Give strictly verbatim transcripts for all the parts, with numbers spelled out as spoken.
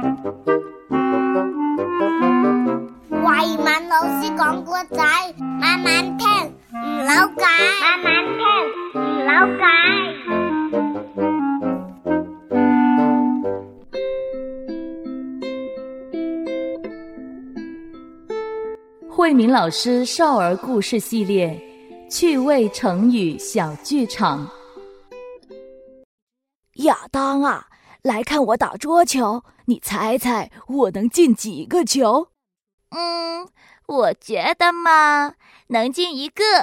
慧敏老師講故仔，慢慢聽，唔扭計，慢慢聽，唔扭計。 慧敏老师少儿故事系列趣味成语小剧场。 亚当啊，来看我打桌球，你猜猜我能进几个球？ 嗯，我觉得嘛，能进一个。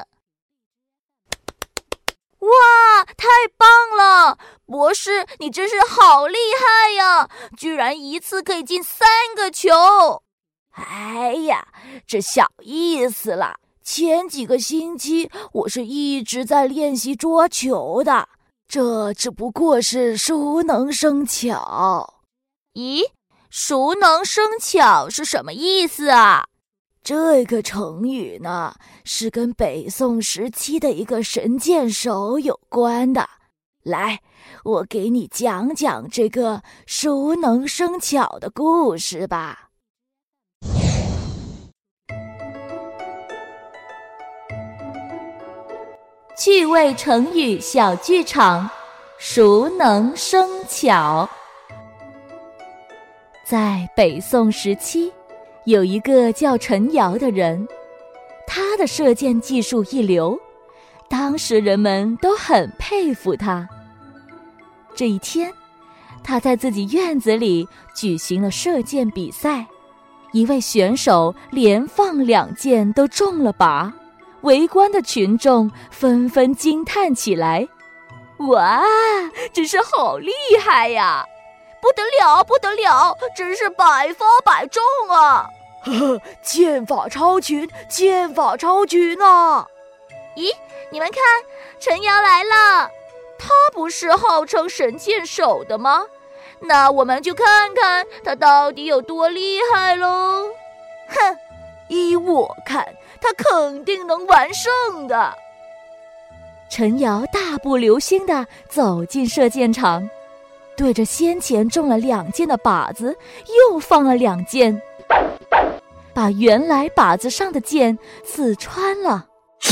哇，太棒了！博士，你真是好厉害呀，居然一次可以进三个球。 哎呀，这小意思啦。前几个星期我是一直在练习桌球的，这只不过是熟能生巧。 咦，熟能生巧是什么意思啊？ 这个成语呢，是跟北宋时期的一个神箭手有关的。来，我给你讲讲这个熟能生巧的故事吧。 趣味成语小剧场，熟能生巧。在北宋时期，有一个叫陈尧的人，他的射箭技术一流，当时人们都很佩服他。这一天，他在自己院子里举行了射箭比赛，一位选手连放两箭都中了靶，围观的群众纷纷惊叹起来：哇，真是好厉害呀！ 不得了，不得了，真是百发百中啊！ 呵呵，剑法超群，剑法超群啊！ 咦，你们看，陈尧来了，他不是号称神箭手的吗？那我们就看看他到底有多厉害喽！ 哼，依我看，他肯定能完胜的。 陈尧大步流星地走进射箭场，对着先前中了两箭的靶子又放了两箭，把原来靶子上的箭刺穿了。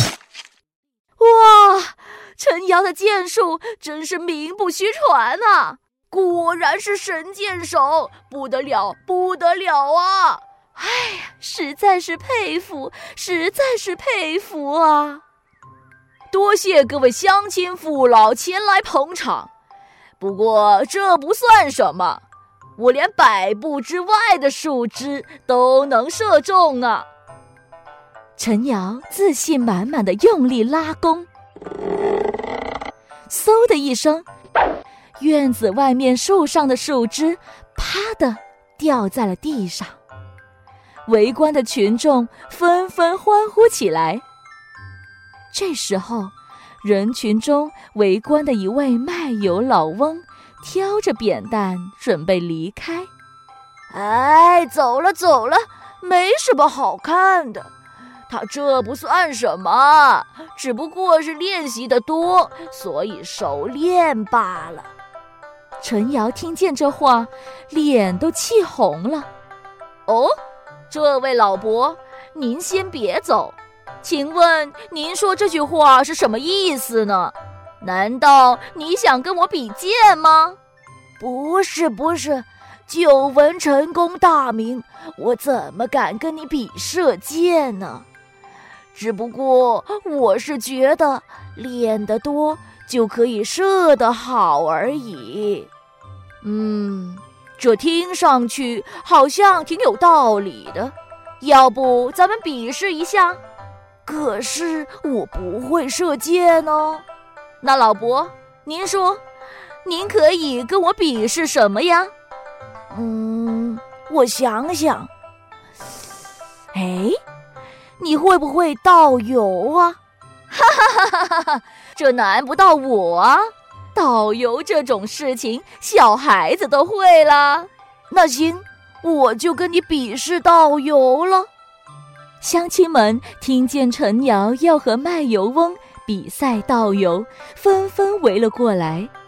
哇，陈尧的箭术真是名不虚传啊！果然是神箭手，不得了，不得了啊！ 哎呀，实在是佩服，实在是佩服啊！ 多谢各位乡亲父老前来捧场，不过这不算什么，我连百步之外的树枝都能射中呢。 陈尧自信满满的用力拉弓，嗖的一声，院子外面树上的树枝啪的掉在了地上。围观的群众纷纷欢呼起来。这时候，人群中围观的一位卖油老翁挑着扁担准备离开。 哎，走了走了，没什么好看的，他这不算什么，只不过是练习的多，所以熟练罢了。 陈尧听见这话，脸都气红了。 哦，这位老伯，您先别走，请问您说这句话是什么意思呢？难道你想跟我比剑吗？ 不是不是，久闻陈公大名，我怎么敢跟你比射箭呢？只不过我是觉得练得多就可以射得好而已。 嗯，这听上去好像挺有道理的，要不咱们比试一下？ 可是我不会射箭哦。 那老伯，您说，您可以跟我比试什么呀？ 嗯，我想想。哎，你会不会倒油啊？ 哈哈哈哈哈！这难不到我啊，导游这种事情小孩子都会啦。 那行，我就跟你比试导游了。 乡亲们听见陈尧要和卖油翁比赛导游，纷纷围了过来。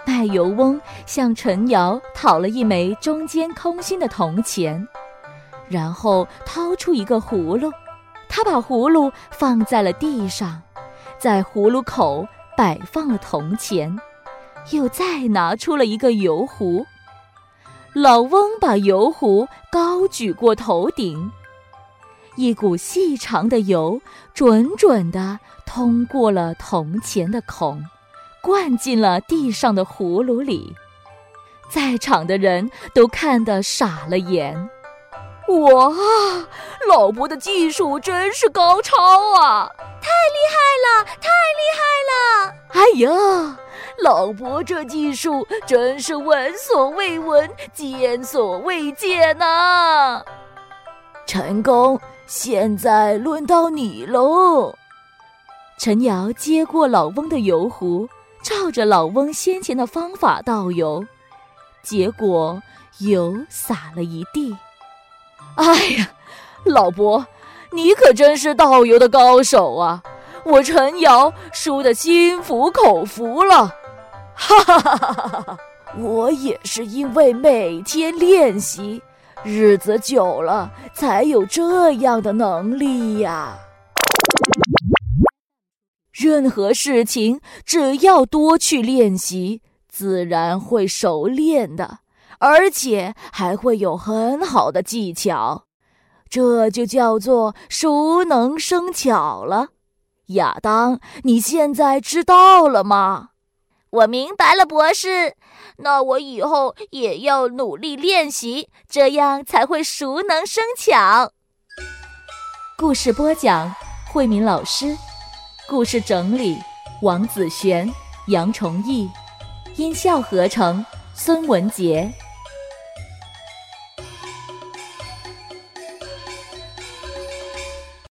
卖油翁向陈瑶讨了一枚中间空心的铜钱，然后掏出一个葫芦，他把葫芦放在了地上，在葫芦口摆放了铜钱，又再拿出了一个油壶。老翁把油壶高举过头顶，一股细长的油准准地通过了铜钱的孔，灌进了地上的葫芦里。在场的人都看得傻了眼。 哇，老伯的技术真是高超啊！ 太厉害了，太厉害了！ 哎呀，老伯这技术真是闻所未闻，见所未见啊！陈公，现在轮到你喽。 陈瑶接过老翁的油壶，照着老翁先前的方法倒油，结果油洒了一地。 哎呀，老伯，你可真是倒油的高手啊！我陈瑶输得心服口服了。哈哈哈哈哈！我也是因为每天练习，日子久了才有这样的能力呀。任何事情只要多去练习，自然会熟练的，而且还会有很好的技巧，这就叫做熟能生巧了。亚当，你现在知道了吗？ 我明白了，博士。那我以后也要努力练习，这样才会熟能生巧。 故事播讲：慧敏老师，故事整理：王子璇、杨崇义，音效合成：孙文杰。